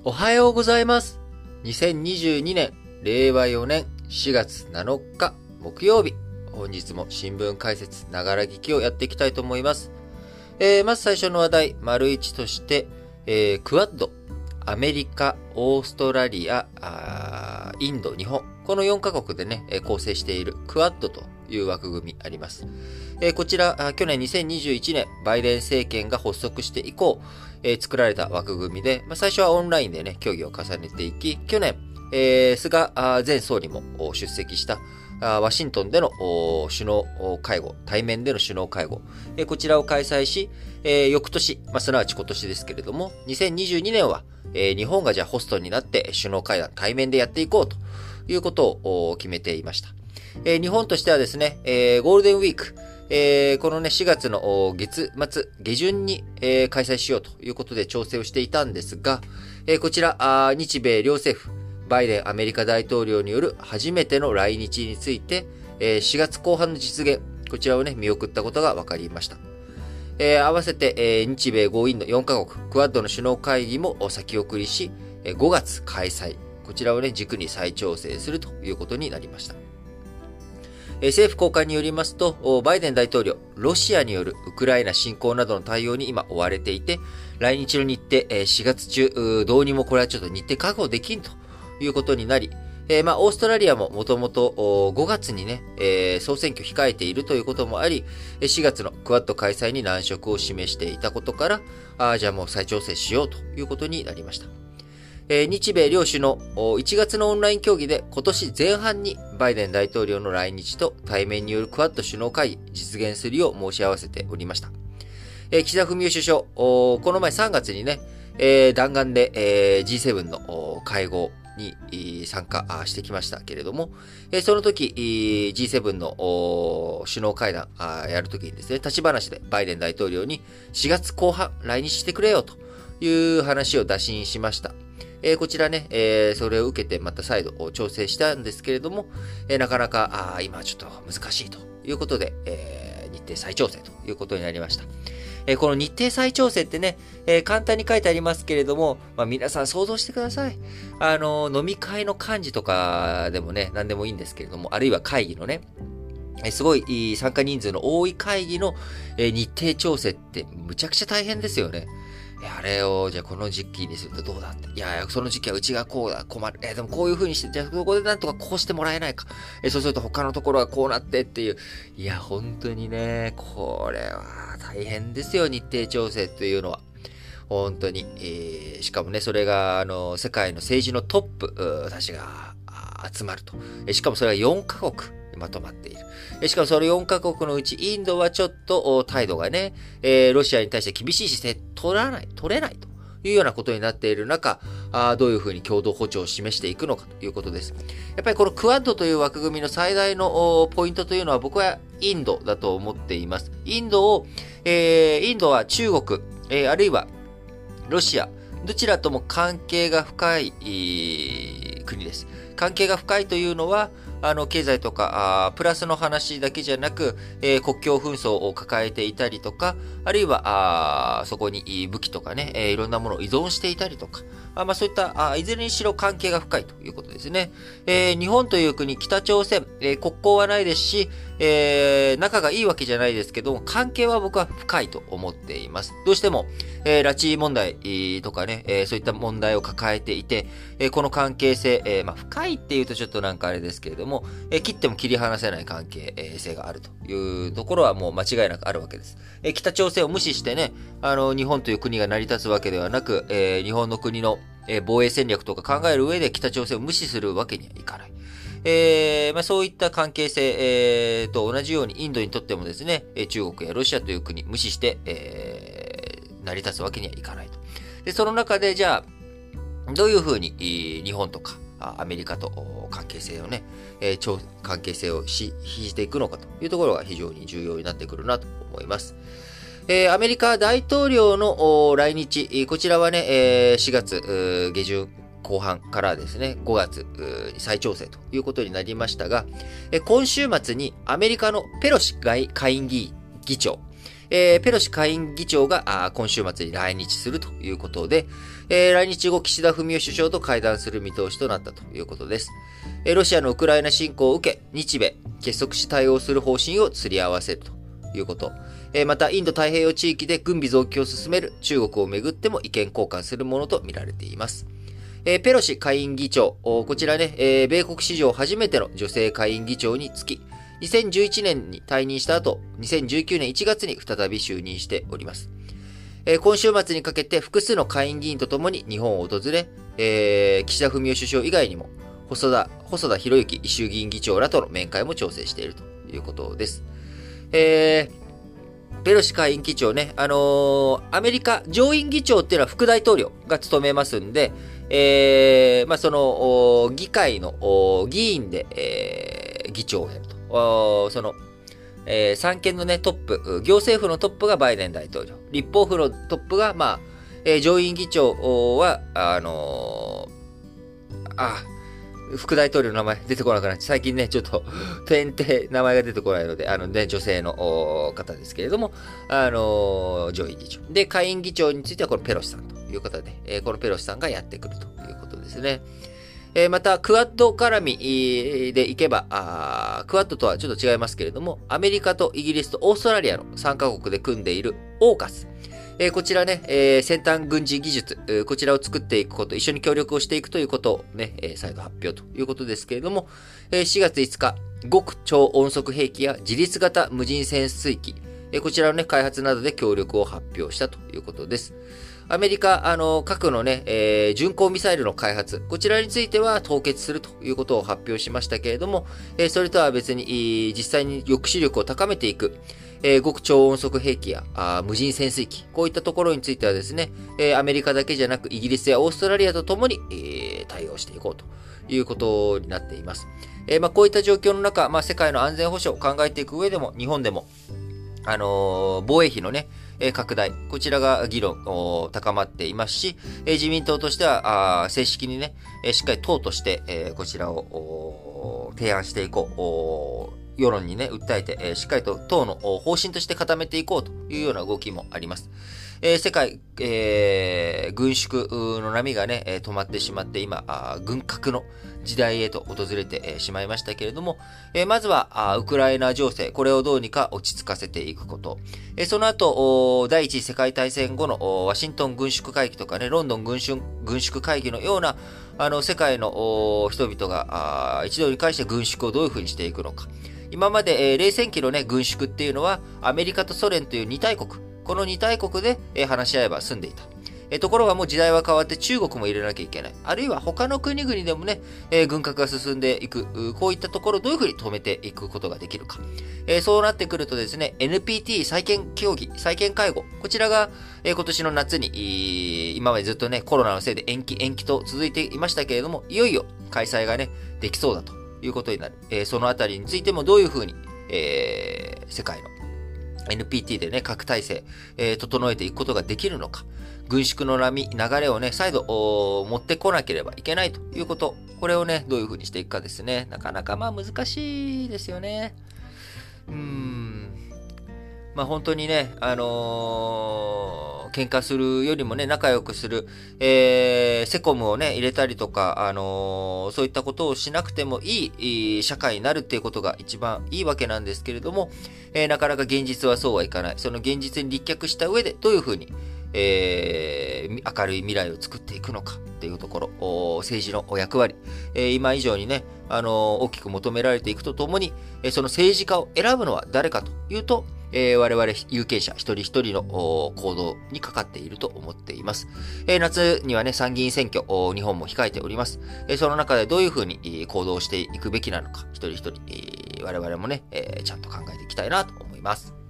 おはようございます。2022年、令和4年4月7日木曜日。本日も新聞解説、ながら聞きをやっていきたいと思います。まず最初の話題、丸1として、クワッド、アメリカ、オーストラリア、インド、日本。この4カ国でね、構成しているクワッドという枠組みあります。こちら、去年2021年、バイデン政権が発足して以降、作られた枠組みで、最初はオンラインでね、協議を重ねていき、去年、菅前総理も出席したワシントンでの首脳会合、対面での首脳会合、こちらを開催し、翌年、すなわち今年ですけれども、2022年は、日本がじゃあホストになって首脳会談対面でやっていこうということを決めていました。日本としてはですね、ゴールデンウィーク、このね、4月の月末、下旬に、開催しようということで調整をしていたんですが、こちら、日米両政府、バイデンアメリカ大統領による初めての来日について、4月後半の実現、こちらをね、見送ったことが分かりました。合わせて、日米豪印の4カ国、クアッドの首脳会議も先送りし、5月開催、こちらをね、軸に再調整するということになりました。政府高官によりますと、バイデン大統領、ロシアによるウクライナ侵攻などの対応に今追われていて、来日の日程、4月中、どうにもこれはちょっと日程確保できんということになり、オーストラリアももともと5月にね、総選挙控えているということもあり、4月のクワッド開催に難色を示していたことから、じゃあもう再調整しようということになりました。日米両首脳、1月のオンライン協議で今年前半にバイデン大統領の来日と対面によるクワッド首脳会議実現するよう申し合わせておりました。岸田文雄首相、この前3月にね、弾丸で、G7 の会合に参加してきましたけれども、その時、G7 の首脳会談やるときにですね、立ち話でバイデン大統領に4月後半来日してくれよという話を打診しました。こちらね、それを受けてまた再度調整したんですけれども、なかなか今ちょっと難しいということで、日程再調整ということになりました。この日程再調整ってね、簡単に書いてありますけれども、皆さん想像してください。飲み会の幹事とかでもね、何でもいいんですけれども、あるいは会議のね、すごい参加人数の多い会議の日程調整ってむちゃくちゃ大変ですよね。あれを、じゃあこの時期にするとどうだって。いや、その時期はうちがこうだ、困る。でもこういう風にして、じゃあここでなんとかこうしてもらえないか。そうすると他のところはこうなってっていう。いや、本当にね、これは大変ですよ、日程調整というのは。本当に。しかもね、それが、世界の政治のトップたちが集まると。しかもそれが4カ国。まとまっている。しかもその4カ国のうちインドはちょっと態度がね、ロシアに対して厳しい姿勢取れないというようなことになっている中、どういうふうに共同歩調を示していくのかということです。やっぱりこのクアッドという枠組みの最大のポイントというのは僕はインドだと思っています。インドは中国、あるいはロシア、どちらとも関係が深い国です。関係が深いというのは、経済とかプラスの話だけじゃなく、国境紛争を抱えていたりとか、あるいはそこに武器とかね、いろんなものを依存していたりとか、そういったいずれにしろ関係が深いということですね。日本という国、北朝鮮、国交はないですし、仲がいいわけじゃないですけども、関係は僕は深いと思っています。どうしても、拉致問題とかね、そういった問題を抱えていて、この関係性、深いっていうとちょっとなんかあれですけれども、切っても切り離せない関係性があるというところはもう間違いなくあるわけです。北朝鮮を無視してね、日本という国が成り立つわけではなく、日本の国の防衛戦略とか考える上で北朝鮮を無視するわけにはいかない。そういった関係性、と同じようにインドにとってもですね、中国やロシアという国無視して、成り立つわけにはいかないと。で、その中でじゃあ、どういうふうに日本とかアメリカと関係性をね、関係性を引いていくのかというところが非常に重要になってくるなと思います。アメリカ大統領の来日、こちらはね、4月下旬後半からですね、5月に再調整ということになりましたが、今週末にアメリカのペロシ下院議長、 ペロシ下院議長が今週末に来日するということで、来日後、岸田文雄首相と会談する見通しとなったということです。ロシアのウクライナ侵攻を受け、日米結束し対応する方針を釣り合わせるということ。また、インド太平洋地域で軍備増強を進める中国をめぐっても意見交換するものとみられています。ペロシ下院議長、こちらね、米国史上初めての女性下院議長につき、2011年に退任した後、2019年1月に再び就任しております。今週末にかけて複数の下院議員とともに日本を訪れ、岸田文雄首相以外にも、細田博之衆議院議長らとの面会も調整しているということです。ペロシ下院議長ね、アメリカ上院議長っていうのは副大統領が務めますんで、その、議会の議員で、議長をやると。三権のね、トップ、行政府のトップがバイデン大統領、立法府のトップが、上院議長は、副大統領の名前出てこなくなって、最近ね、ちょっと、点って名前が出てこないので、女性の方ですけれども、上院議長。で、下院議長についてはこのペロシさんという方で、このペロシさんがやってくるということですね。また、クアッド絡みでいけば、クアッドとはちょっと違いますけれども、アメリカとイギリスとオーストラリアの3カ国で組んでいるオーカス。こちらね、先端軍事技術、こちらを作っていくこと、一緒に協力をしていくということをね、再度発表ということですけれども、4月5日、極超音速兵器や自律型無人潜水機、こちらのね、開発などで協力を発表したということです。アメリカ、核のね、巡航ミサイルの開発、こちらについては凍結するということを発表しましたけれども、それとは別に、実際に抑止力を高めていく、極超音速兵器や無人潜水機、こういったところについてはですね、アメリカだけじゃなくイギリスやオーストラリアとともに、対応していこうということになっています。こういった状況の中、世界の安全保障を考えていく上でも、日本でも、防衛費のね、拡大、こちらが議論高まっていますし、自民党としては正式にね、しっかり党として、こちらを提案していこう。世論にね、訴えて、しっかりと党の方針として固めていこうというような動きもあります。世界、軍縮の波がね、止まってしまって今、軍拡の時代へと訪れてしまいましたけれども、まずはウクライナ情勢、これをどうにか落ち着かせていくこと。その後、第一次世界大戦後のワシントン軍縮会議とかね、ロンドン軍縮会議のような、世界の人々が一堂に会して軍縮をどういうふうにしていくのか。今まで、冷戦期のね、軍縮っていうのは、アメリカとソ連という2大国、この2大国で、話し合えば済んでいた。ところがもう時代は変わって中国も入れなきゃいけない。あるいは他の国々でもね、軍拡が進んでいく。こういったところをどういうふうに止めていくことができるか。そうなってくるとですね、NPT 再建協議、再建会合。こちらが、今年の夏に、今までずっとね、コロナのせいで延期と続いていましたけれども、いよいよ開催がね、できそうだということになる。そのあたりについてもどういうふうに、世界の NPT でね、核体制、整えていくことができるのか。軍縮の流れをね、再度持ってこなければいけないということ。これをね、どういうふうにしていくかですね。なかなか難しいですよね。本当にね、喧嘩するよりもね、仲良くする、セコムをね、入れたりとか、そういったことをしなくてもいい社会になるっていうことが一番いいわけなんですけれども、なかなか現実はそうはいかない。その現実に立脚した上で、どういうふうに、明るい未来を作っていくのかっていうところ、政治の役割、今以上にね、大きく求められていくとともに、その政治家を選ぶのは誰かというと、我々有権者一人一人の行動にかかっていると思っています。夏にはね、参議院選挙、日本も控えております。その中でどういうふうに行動していくべきなのか、一人一人、我々もね、ちゃんと考えていきたいなと思います。